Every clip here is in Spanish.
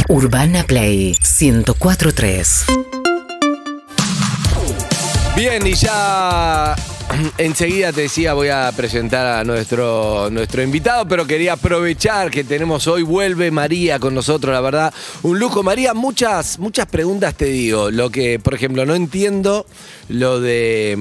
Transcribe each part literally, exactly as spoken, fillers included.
Urbana Play ciento cuatro punto tres. Bien, y ya enseguida te decía, voy a presentar a nuestro, nuestro invitado, pero quería aprovechar que tenemos hoy, vuelve María con nosotros, la verdad, un lujo. María, muchas, muchas preguntas te digo. Lo que, por ejemplo, no entiendo lo de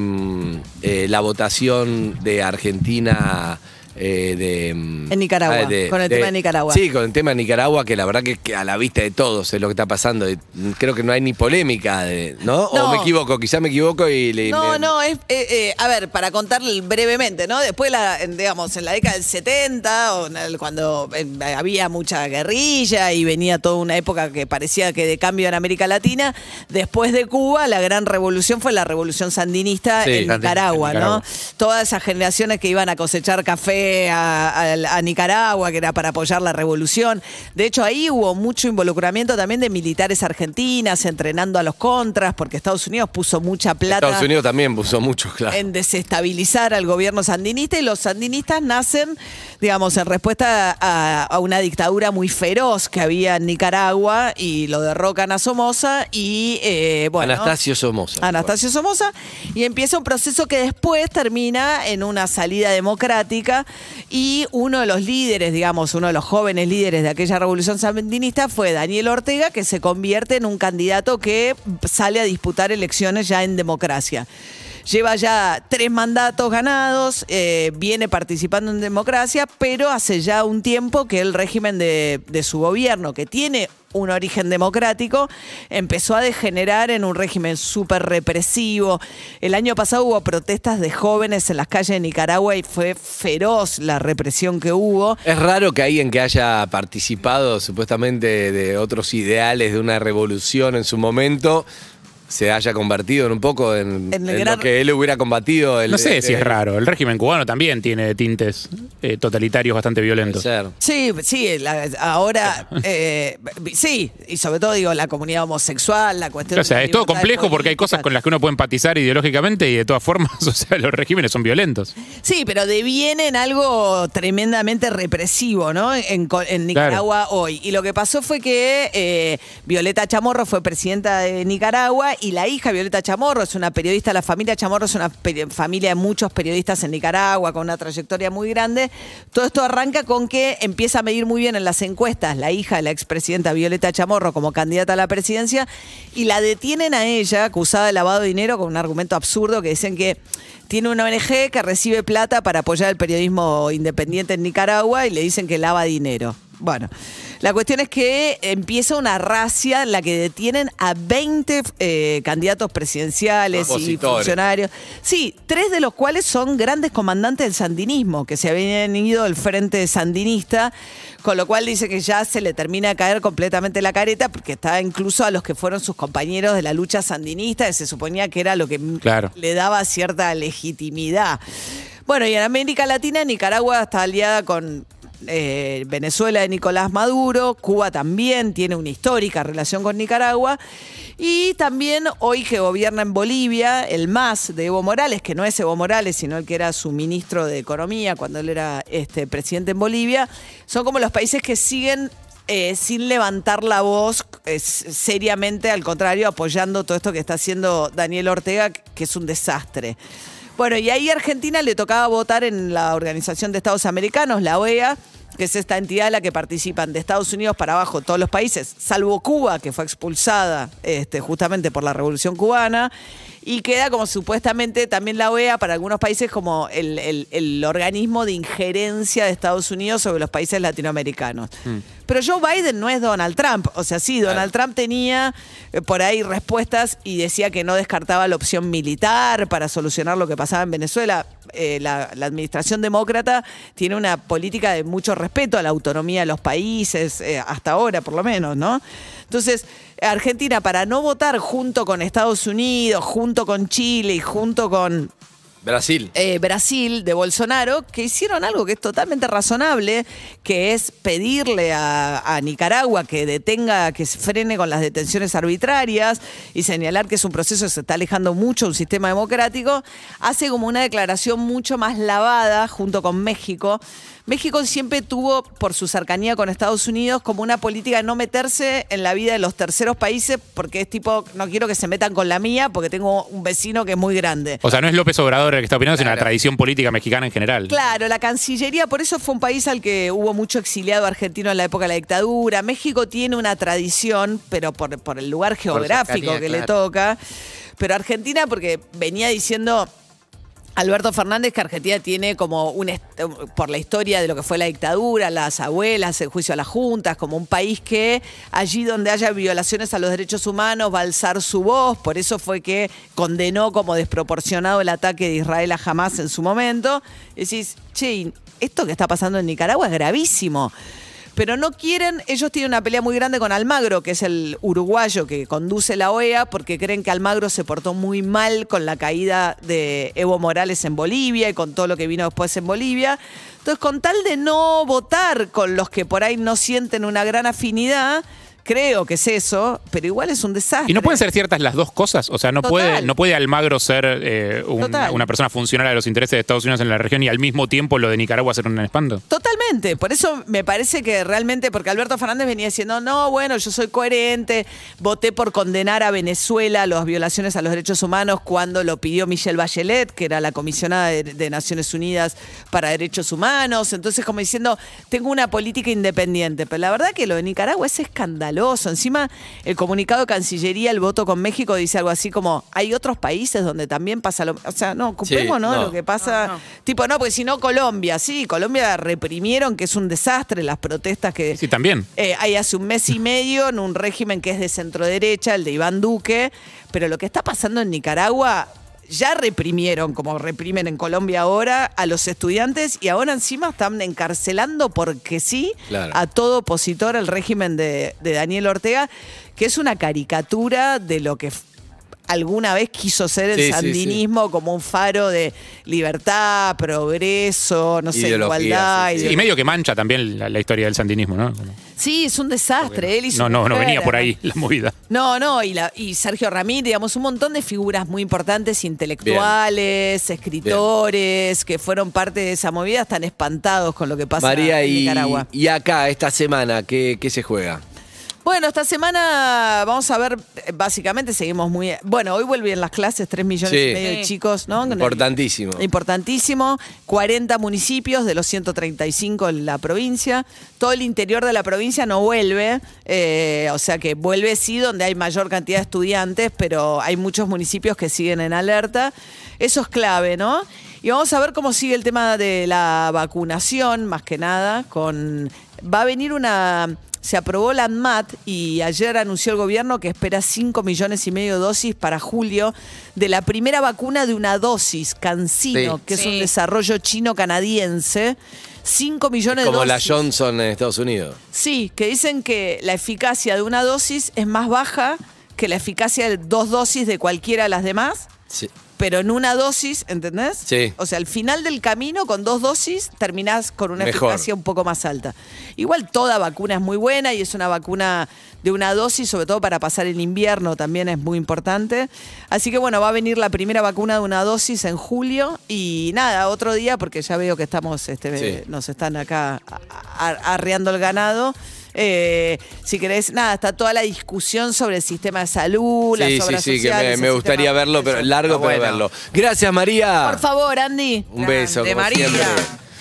eh, la votación de Argentina. Eh, de, en Nicaragua, de, con el de, tema de Nicaragua. Sí, con el tema de Nicaragua, que la verdad que, que a la vista de todos es lo que está pasando. Creo que no hay ni polémica, de, ¿no? No. O me equivoco, quizá me equivoco y le... No, me... no, es, eh, eh, a ver, para contar brevemente, ¿no? Después, la, digamos, en la década del setenta, o en el, cuando eh, había mucha guerrilla y venía toda una época que parecía que de cambio en América Latina, después de Cuba, la gran revolución fue la revolución sandinista Sí, en, Nicaragua, en Nicaragua, ¿no? Todas esas generaciones que iban a cosechar café a, a, a Nicaragua, que era para apoyar la revolución. De hecho, ahí hubo mucho involucramiento también de militares argentinas entrenando a los contras, porque Estados Unidos puso mucha plata. Estados Unidos también puso mucho, claro. En desestabilizar al gobierno sandinista, y los sandinistas nacen, digamos, en respuesta a, a una dictadura muy feroz que había en Nicaragua, y lo derrocan a Somoza y, eh, bueno... Anastasio Somoza. Anastasio Somoza, y empieza un proceso que después termina en una salida democrática, y uno de los líderes, digamos, uno de los jóvenes líderes de aquella revolución sandinista fue Daniel Ortega, que se convierte en un candidato que sale a disputar elecciones ya en democracia. Lleva ya tres mandatos ganados, eh, viene participando en democracia, pero hace ya un tiempo que el régimen de, de su gobierno, que tiene un origen democrático, empezó a degenerar en un régimen súper represivo. El año pasado hubo protestas de jóvenes en las calles de Nicaragua y fue feroz la represión que hubo. Es raro que alguien que haya participado supuestamente de otros ideales de una revolución en su momento se haya convertido en un poco en, En el en gran- lo que él hubiera combatido. El, No sé el- si es el- raro. El régimen cubano también tiene tintes eh, totalitarios bastante violentos. ser. Sí, sí, la- ahora, eh, sí, y sobre todo digo, la comunidad homosexual, la cuestión... O sea, de es todo libertades complejo porque hay cosas políticas. con las que uno puede empatizar ideológicamente y de todas formas, o sea, los regímenes son violentos. Sí, pero deviene en algo tremendamente represivo, ¿no? En, co- en Nicaragua Claro. hoy. Y lo que pasó fue que eh, Violeta Chamorro fue presidenta de Nicaragua, y la hija Violeta Chamorro es una periodista, la familia Chamorro es una peri- familia de muchos periodistas en Nicaragua con una trayectoria muy grande. Todo esto arranca con que empieza a medir muy bien en las encuestas la hija de la expresidenta Violeta Chamorro como candidata a la presidencia, y la detienen a ella acusada de lavado de dinero con un argumento absurdo que dicen que tiene una O N G que recibe plata para apoyar el periodismo independiente en Nicaragua, y le dicen que lava dinero. Bueno, la cuestión es que empieza una razzia en la que detienen a veinte eh, candidatos presidenciales y Opositores. funcionarios. Sí, tres de los cuales son grandes comandantes del sandinismo, que se habían ido del frente sandinista, con lo cual dice que ya se le termina de caer completamente la careta, porque está incluso a los que fueron sus compañeros de la lucha sandinista, que se suponía que era lo que Claro. le daba cierta legitimidad. Bueno, y en América Latina, Nicaragua está aliada con eh, Venezuela de Nicolás Maduro, Cuba también tiene una histórica relación con Nicaragua, y también hoy que gobierna en Bolivia, el M A S de Evo Morales, que no es Evo Morales, sino el que era su ministro de Economía cuando él era este, presidente en Bolivia, son como los países que siguen Eh, sin levantar la voz eh, seriamente, al contrario, apoyando todo esto que está haciendo Daniel Ortega, que es un desastre. Bueno, y ahí a Argentina le tocaba votar en la Organización de Estados Americanos, la O E A, que es esta entidad en la que participan de Estados Unidos para abajo todos los países, salvo Cuba, que fue expulsada este, justamente por la Revolución Cubana, y queda como supuestamente también la O E A para algunos países como el, el- el organismo de injerencia de Estados Unidos sobre los países latinoamericanos. Mm. Pero Joe Biden no es Donald Trump. O sea, sí, Donald Trump tenía eh, por ahí respuestas y decía que no descartaba la opción militar para solucionar lo que pasaba en Venezuela. Eh, la, la administración demócrata tiene una política de mucho respeto a la autonomía de los países, eh, hasta ahora por lo menos, ¿no? Entonces, Argentina, para no votar junto con Estados Unidos, junto con Chile y junto con Brasil. eh, Brasil de Bolsonaro, que hicieron algo que es totalmente razonable, que es pedirle a, a Nicaragua que detenga, que se frene con las detenciones arbitrarias y señalar que es un proceso que se está alejando mucho de un sistema democrático. Hace como una declaración mucho más lavada junto con México, México siempre tuvo, por su cercanía con Estados Unidos, como una política de no meterse en la vida de los terceros países, porque es tipo, no quiero que se metan con la mía, porque tengo un vecino que es muy grande. O sea, no es López Obrador el que está opinando, Claro. sino la tradición política mexicana en general. Claro, la Cancillería, por eso fue un país al que hubo mucho exiliado argentino en la época de la dictadura. México tiene una tradición, pero por, por el lugar geográfico cercanía, que le claro. toca. Pero Argentina, porque venía diciendo Alberto Fernández que Argentina tiene como un, est- por la historia de lo que fue la dictadura, las abuelas, el juicio a las juntas, como un país que allí donde haya violaciones a los derechos humanos va a alzar su voz. Por eso fue que condenó como desproporcionado el ataque de Israel a Hamás en su momento. Y decís, che, esto que está pasando en Nicaragua es gravísimo. Pero no quieren, ellos tienen una pelea muy grande con Almagro, que es el uruguayo que conduce la O E A, porque creen que Almagro se portó muy mal con la caída de Evo Morales en Bolivia y con todo lo que vino después en Bolivia. Entonces, con tal de no votar con los que por ahí no sienten una gran afinidad, creo que es eso, pero igual es un desastre. ¿Y no pueden ser ciertas las dos cosas? O sea, no Total. puede, no puede Almagro ser eh, un- Total. una persona funcional a los intereses de Estados Unidos en la región y al mismo tiempo lo de Nicaragua ser un espanto. Totalmente, por eso me parece que realmente, porque Alberto Fernández venía diciendo, no, bueno, yo soy coherente, voté por condenar a Venezuela las violaciones a los derechos humanos cuando lo pidió Michelle Bachelet, que era la comisionada de, de Naciones Unidas para Derechos Humanos, entonces como diciendo, tengo una política independiente, pero la verdad que lo de Nicaragua es escandaloso. Encima, el comunicado de Cancillería, el voto con México, dice algo así como, hay otros países donde también pasa lo... O sea, no, ocupemos, Sí, ¿no? no. Lo que pasa... No, no. Tipo, no, porque si no, Colombia, sí, Colombia reprimieron, que es un desastre, las protestas que Sí, también. eh, hay hace un mes y medio en un régimen que es de centro-derecha, el de Iván Duque, pero lo que está pasando en Nicaragua... Ya reprimieron, como reprimen en Colombia ahora, a los estudiantes y ahora encima están encarcelando porque sí Claro. a todo opositor al régimen de, de Daniel Ortega, que es una caricatura de lo que f- alguna vez quiso ser el Sí, sí, sandinismo, como un faro de libertad, progreso, no sé, Ideología, igualdad. sí, sí. Y medio que mancha también la, la historia del sandinismo, ¿no? Como- Sí, es un desastre. Él y su No, no, no mujer, venía por además. ahí la movida. No, no, y, la, y Sergio Ramírez, digamos, un montón de figuras muy importantes, intelectuales, escritores, que fueron parte de esa movida, están espantados con lo que pasa María, en y, Nicaragua. y acá, esta semana, ¿qué, qué se juega? Bueno, esta semana vamos a ver, eh, básicamente seguimos muy... Bueno, hoy vuelven las clases, tres millones Sí. y medio de Sí. chicos, ¿no? Con el- Importantísimo. Importantísimo. cuarenta municipios de los ciento treinta y cinco en la provincia. Todo el interior de la provincia no vuelve, eh, o sea que vuelve sí donde hay mayor cantidad de estudiantes, pero hay muchos municipios que siguen en alerta. Eso es clave, ¿no? Y vamos a ver cómo sigue el tema de la vacunación, más que nada, con... Va a venir una... Se aprobó la ANMAT y ayer anunció el gobierno que espera cinco millones y medio de dosis para julio de la primera vacuna de una dosis, CanSino, Sí. que es Sí. un desarrollo chino-canadiense. cinco millones Como de la dosis. Johnson en Estados Unidos. Sí, que dicen que la eficacia de una dosis es más baja que la eficacia de dos dosis de cualquiera de las demás. Sí. Pero en una dosis, ¿entendés? Sí. O sea, al final del camino, con dos dosis, terminás con una Mejor. eficacia un poco más alta. Igual toda vacuna es muy buena y es una vacuna de una dosis, sobre todo para pasar el invierno, también es muy importante. Así que bueno, va a venir la primera vacuna de una dosis en julio y nada, otro día, porque ya veo que estamos, este, Sí. nos están acá a- a- arreando el ganado. Eh, si querés, nada, está toda la discusión sobre el sistema de salud, Sí, las sí, obras sí, que sociales. me, me el gustaría sistema- verlo, pero eso. largo, Está pero bueno. verlo. Gracias, María. Por favor, Andy. Un beso, Grande, como María. siempre.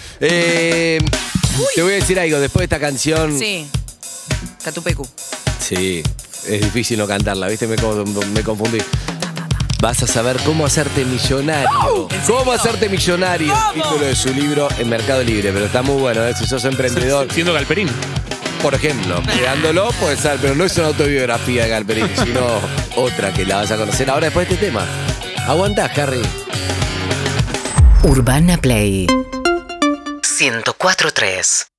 Eh, te voy a decir algo, después de esta canción... Sí. Catupecu. Sí, es difícil no cantarla, ¿viste? Me, co- me confundí. Vas a saber cómo hacerte millonario. ¿Cómo hacerte millonario? Título de su libro en Mercado Libre, pero está muy bueno, ¿eh? Si sos emprendedor, Siendo Galperín. por ejemplo, creándolo puede ser, pero no es una autobiografía de Galperín, sino otra que la vas a conocer ahora después de este tema. Aguantá, Harry. Urbana Play ciento cuatro punto tres.